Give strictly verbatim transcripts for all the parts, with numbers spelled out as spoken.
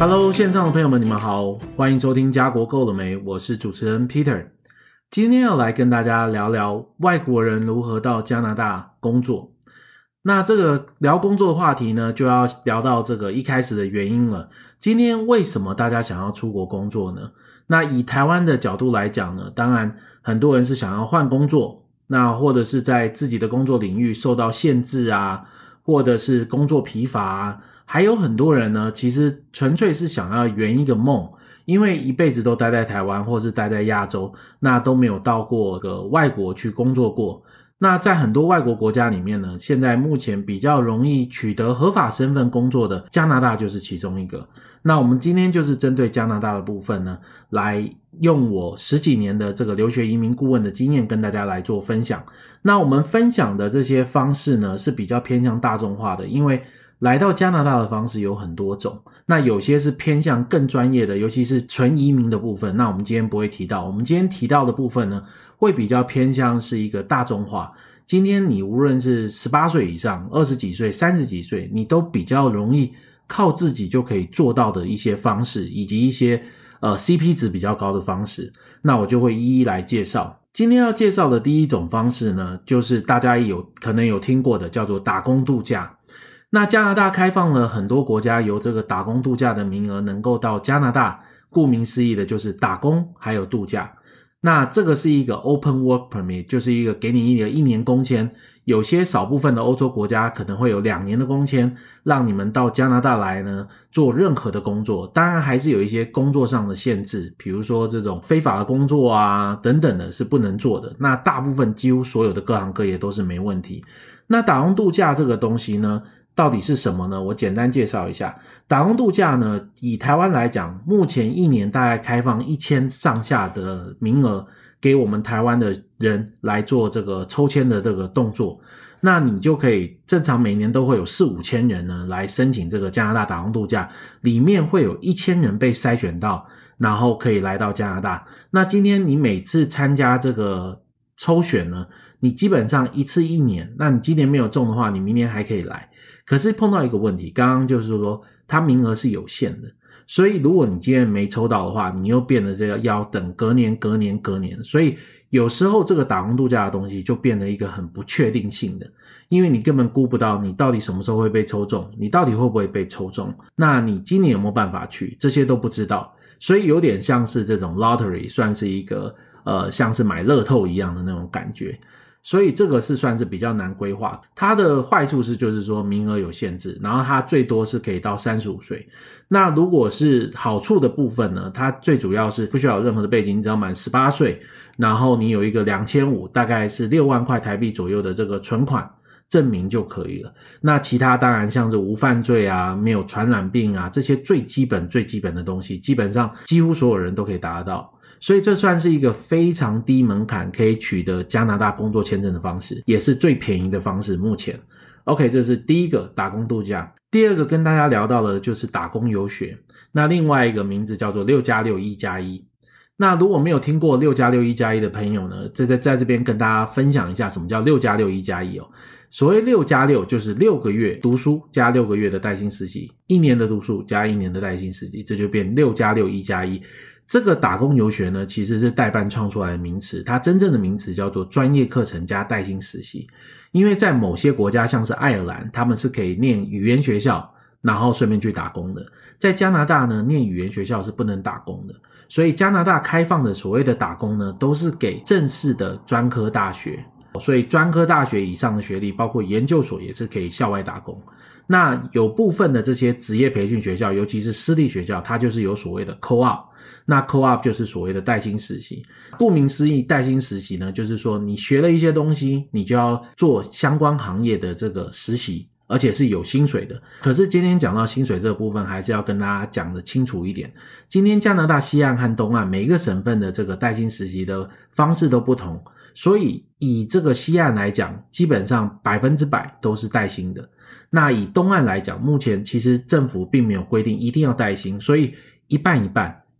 Hello， 线上的朋友们，你们好，欢迎收听家国够了没？我是主持人 Peter， 今天要来跟大家聊聊外国人如何到加拿大工作。那这个聊工作的话题呢，就要聊到这个一开始的原因了。今天为什么大家想要出国工作呢？那以台湾的角度来讲呢，当然很多人是想要换工作，那或者是在自己的工作领域受到限制啊，或者是工作疲乏啊，还有很多人呢，其实纯粹是想要圆一个梦，因为一辈子都待在台湾或是待在亚洲，那都没有到过个外国去工作过。那在很多外国国家里面呢，现在目前比较容易取得合法身份工作的加拿大就是其中一个。那我们今天就是针对加拿大的部分呢，来用我十几年的这个留学移民顾问的经验跟大家来做分享。那我们分享的这些方式呢，是比较偏向大众化的，因为来到加拿大的方式有很多种，那有些是偏向更专业的，尤其是纯移民的部分，那我们今天不会提到。我们今天提到的部分呢，会比较偏向是一个大众化。今天你无论是十八岁以上、二十几岁、三十几岁，你都比较容易靠自己就可以做到的一些方式，以及一些呃 C P 值比较高的方式，那我就会一一来介绍。今天要介绍的第一种方式呢，就是大家有可能有听过的，叫做打工度假。那加拿大开放了很多国家由这个打工度假的名额能够到加拿大，顾名思义的就是打工还有度假。那这个是一个 Open Work Permit， 就是一个给你一个一年工签，有些少部分的欧洲国家可能会有两年的工签，让你们到加拿大来呢做任何的工作。当然还是有一些工作上的限制，比如说这种非法的工作啊等等的是不能做的。那大部分几乎所有的各行各业都是没问题。那打工度假这个东西呢，到底是什么呢？我简单介绍一下。打工度假呢，以台湾来讲，目前一年大概开放一千上下的名额给我们台湾的人来做这个抽签的这个动作。那你就可以正常每年都会有四五千人呢来申请这个加拿大打工度假，里面会有一千人被筛选到，然后可以来到加拿大。那今天你每次参加这个抽选呢，你基本上一次一年，那你今年没有中的话，你明年还可以来。可是碰到一个问题，刚刚就是说它名额是有限的，所以如果你今天没抽到的话，你又变得这个要等隔年隔年隔年，所以有时候这个打工度假的东西就变得一个很不确定性的，因为你根本估不到你到底什么时候会被抽中，你到底会不会被抽中，那你今年有没有办法去，这些都不知道。所以有点像是这种 lottery， 算是一个呃像是买乐透一样的那种感觉。所以这个是算是比较难规划。它的坏处是就是说名额有限制，然后它最多是可以到三十五岁。那如果是好处的部分呢，它最主要是不需要有任何的背景，你只要满十八岁，然后你有一个两千五百，大概是六万块台币左右的这个存款证明就可以了。那其他当然像是无犯罪啊，没有传染病啊，这些最基本最基本的东西，基本上几乎所有人都可以达得到。所以这算是一个非常低门槛可以取得加拿大工作签证的方式，也是最便宜的方式目前。OK， 这是第一个打工度假。第二个跟大家聊到的就是打工游学，那另外一个名字叫做六加六一加一。那如果没有听过六加六一加一的朋友呢，在在在这边跟大家分享一下什么叫六加六一加一哦。所谓六加六就是六个月读书加六个月的带薪实习，一年的读书加一年的带薪实习，这就变六加六一加一。这个打工游学呢，其实是代办创出来的名词，它真正的名词叫做专业课程加带薪实习。因为在某些国家像是爱尔兰，他们是可以念语言学校然后顺便去打工的。在加拿大呢，念语言学校是不能打工的，所以加拿大开放的所谓的打工呢，都是给正式的专科大学。所以专科大学以上的学历，包括研究所也是可以校外打工。那有部分的这些职业培训学校，尤其是私立学校，它就是有所谓的 co-op， 那 co-op 就是所谓的带薪实习。顾名思义，带薪实习呢，就是说你学了一些东西，你就要做相关行业的这个实习，而且是有薪水的。可是今天讲到薪水这个部分，还是要跟大家讲的清楚一点。今天加拿大西岸和东岸每一个省份的这个带薪实习的方式都不同，所以以这个西岸来讲，基本上百分之百都是带薪的。那以东岸来讲，目前其实政府并没有规定一定要带薪，所以一半一半，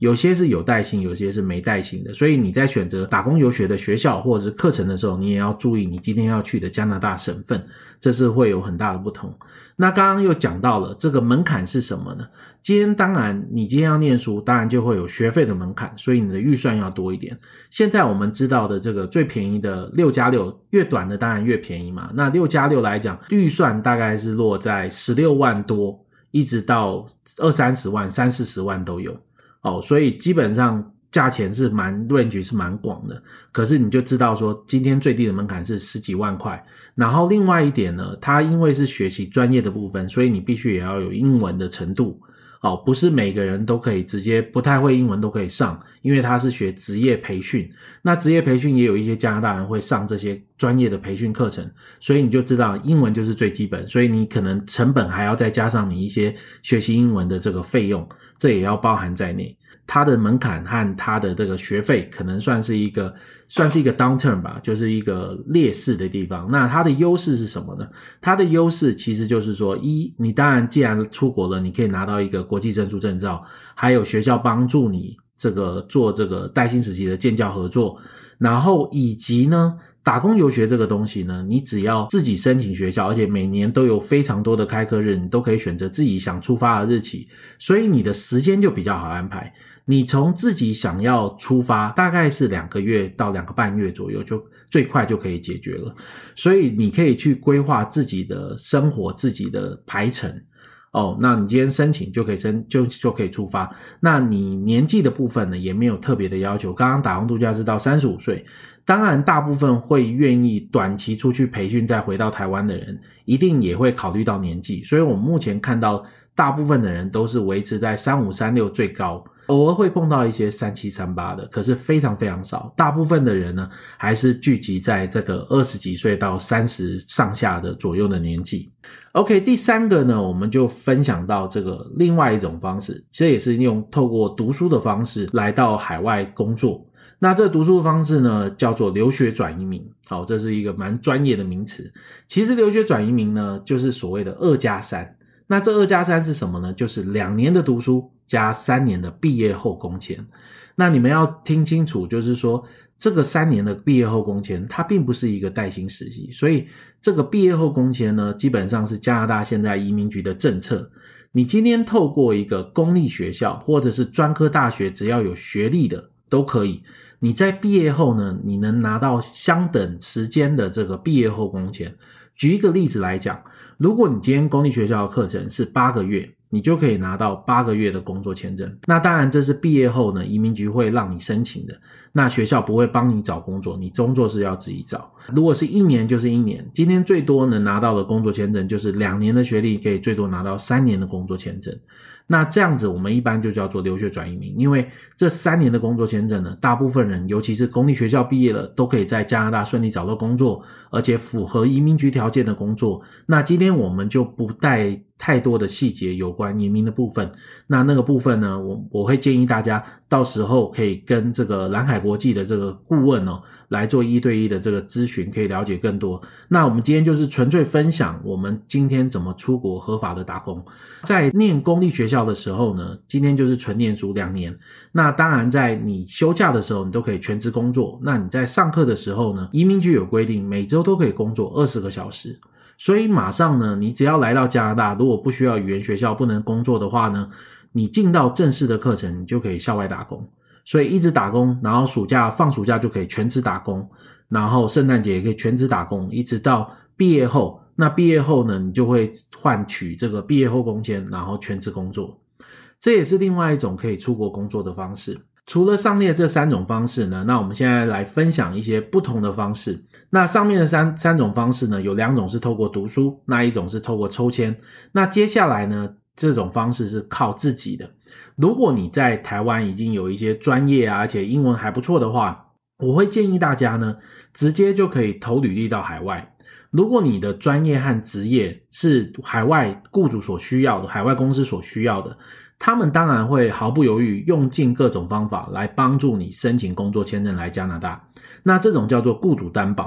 有些是有带薪，有些是没带薪的，所以你在选择打工游学的学校或者是课程的时候，你也要注意你今天要去的加拿大省份，这是会有很大的不同。那刚刚又讲到了这个门槛是什么呢？今天当然你今天要念书，当然就会有学费的门槛，所以你的预算要多一点。现在我们知道的这个最便宜的六加六，越短的当然越便宜嘛，那六加六来讲，预算大概是落在十六万多一直到二三十万、三四十万都有哦，所以基本上价钱是蛮 range 是蛮广的，可是你就知道说今天最低的门槛是十几万块。然后另外一点呢，它因为是学习专业的部分，所以你必须也要有英文的程度哦，不是每个人都可以直接不太会英文都可以上，因为它是学职业培训，那职业培训也有一些加拿大人会上这些专业的培训课程，所以你就知道英文就是最基本，所以你可能成本还要再加上你一些学习英文的这个费用，这也要包含在内。它的门槛和它的这个学费可能算是一个算是一个 downturn 吧，就是一个劣势的地方。那它的优势是什么呢？它的优势其实就是说，一，你当然既然出国了，你可以拿到一个国际证书证照，还有学校帮助你这个做这个带薪实习的建教合作，然后以及呢打工游学这个东西呢，你只要自己申请学校，而且每年都有非常多的开课日，你都可以选择自己想出发的日期，所以你的时间就比较好安排。你从自己想要出发，大概是两个月到两个半月左右，就最快就可以解决了。所以你可以去规划自己的生活，自己的排程。哦，那你今天申请就可以申就就可以出发。那你年纪的部分呢，也没有特别的要求。刚刚打工度假是到三十五岁，当然大部分会愿意短期出去培训再回到台湾的人，一定也会考虑到年纪。所以我们目前看到大部分的人都是维持在三五三六最高，偶尔会碰到一些三七三八的，可是非常非常少。大部分的人呢，还是聚集在这个二十几岁到三十上下的左右的年纪。OK， 第三个呢，我们就分享到这个另外一种方式，这也是用透过读书的方式来到海外工作。那这个读书的方式呢，叫做留学转移民。好，这是一个蛮专业的名词。其实留学转移民呢，就是所谓的二加三。那这二加三是什么呢？就是两年的读书加三年的毕业后工签。那你们要听清楚，就是说这个三年的毕业后工签，它并不是一个带薪实习，所以这个毕业后工签呢，基本上是加拿大现在移民局的政策。你今天透过一个公立学校或者是专科大学，只要有学历的都可以。你在毕业后呢，你能拿到相等时间的这个毕业后工签。举一个例子来讲，如果你今天公立学校的课程是八个月，你就可以拿到八个月的工作签证。那当然这是毕业后呢，移民局会让你申请的，那学校不会帮你找工作，你工作是要自己找。如果是一年就是一年，今天最多能拿到的工作签证就是两年的学历，可以最多拿到三年的工作签证。那这样子我们一般就叫做留学转移民，因为这三年的工作签证呢，大部分人尤其是公立学校毕业了，都可以在加拿大顺利找到工作，而且符合移民局条件的工作。那今天我们就不带太多的细节有关移民的部分，那那个部分呢，我我会建议大家到时候可以跟这个蓝海国际的这个顾问哦，来做一对一的这个咨询，可以了解更多。那我们今天就是纯粹分享我们今天怎么出国合法的打工。在念公立学校的时候呢，今天就是纯念书两年。那当然在你休假的时候，你都可以全职工作。那你在上课的时候呢，移民局有规定，每周都可以工作二十个小时。所以马上呢，你只要来到加拿大，如果不需要语言学校不能工作的话呢，你进到正式的课程，你就可以校外打工。所以一直打工，然后暑假放暑假就可以全职打工，然后圣诞节也可以全职打工，一直到毕业后。那毕业后呢，你就会换取这个毕业后工签，然后全职工作。这也是另外一种可以出国工作的方式。除了上列这三种方式呢，那我们现在来分享一些不同的方式。那上面的三三种方式呢，有两种是透过读书，那一种是透过抽签。那接下来呢，这种方式是靠自己的。如果你在台湾已经有一些专业啊，而且英文还不错的话，我会建议大家呢，直接就可以投履历到海外。如果你的专业和职业是海外雇主所需要的，海外公司所需要的，他们当然会毫不犹豫用尽各种方法来帮助你申请工作签证来加拿大。那这种叫做雇主担保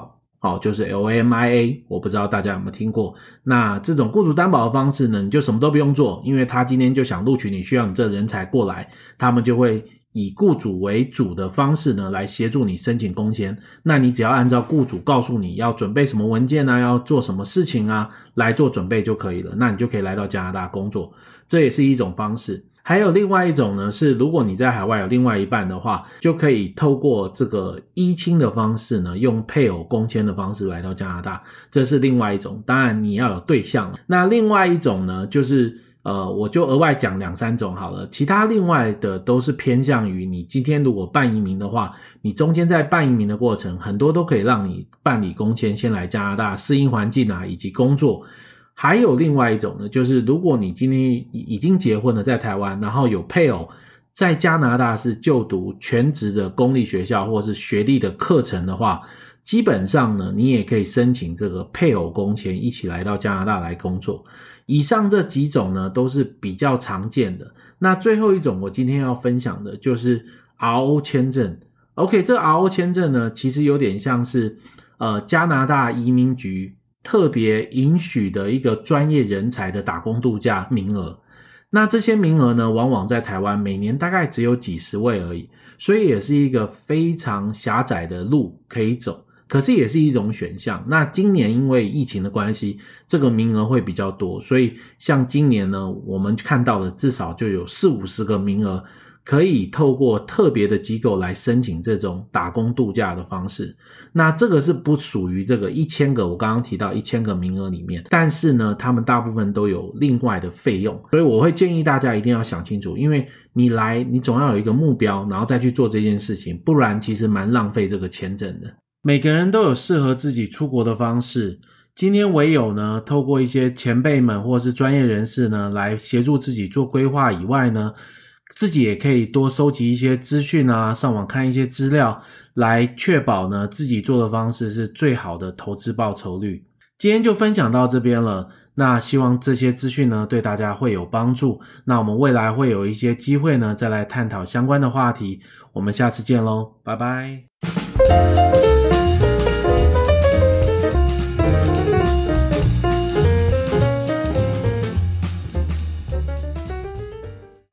好，就是 L M I A， 我不知道大家有没有听过。那这种雇主担保的方式呢，你就什么都不用做，因为他今天就想录取你，需要你这人才过来，他们就会以雇主为主的方式呢，来协助你申请工签。那你只要按照雇主告诉你要准备什么文件啊，要做什么事情啊，来做准备就可以了。那你就可以来到加拿大工作，这也是一种方式。还有另外一种呢，是如果你在海外有另外一半的话，就可以透过这个依亲的方式呢，用配偶工签的方式来到加拿大，这是另外一种。当然你要有对象。那另外一种呢，就是呃，我就额外讲两三种好了，其他另外的都是偏向于你今天如果办移民的话，你中间在办移民的过程，很多都可以让你办理工签，先来加拿大适应环境啊，以及工作。还有另外一种呢，就是如果你今天已经结婚了在台湾，然后有配偶在加拿大是就读全职的公立学校或是学历的课程的话，基本上呢，你也可以申请这个配偶工签一起来到加拿大来工作。以上这几种呢都是比较常见的。那最后一种我今天要分享的就是 R O 签证。 OK， 这 R O 签证呢其实有点像是呃加拿大移民局特别允许的一个专业人才的打工度假名额。那这些名额呢，往往在台湾每年大概只有几十位而已，所以也是一个非常狭窄的路可以走，可是也是一种选项。那今年因为疫情的关系，这个名额会比较多，所以像今年呢，我们看到的至少就有四五十个名额，可以透过特别的机构来申请这种打工度假的方式。那这个是不属于这个一千个我刚刚提到一千个名额里面，但是呢他们大部分都有另外的费用，所以我会建议大家一定要想清楚，因为你来你总要有一个目标，然后再去做这件事情，不然其实蛮浪费这个签证的。每个人都有适合自己出国的方式，今天唯有呢透过一些前辈们或是专业人士呢来协助自己做规划以外呢，自己也可以多收集一些资讯啊，上网看一些资料，来确保呢自己做的方式是最好的投资报酬率。今天就分享到这边了，那希望这些资讯呢对大家会有帮助。那我们未来会有一些机会呢再来探讨相关的话题，我们下次见咯，拜拜。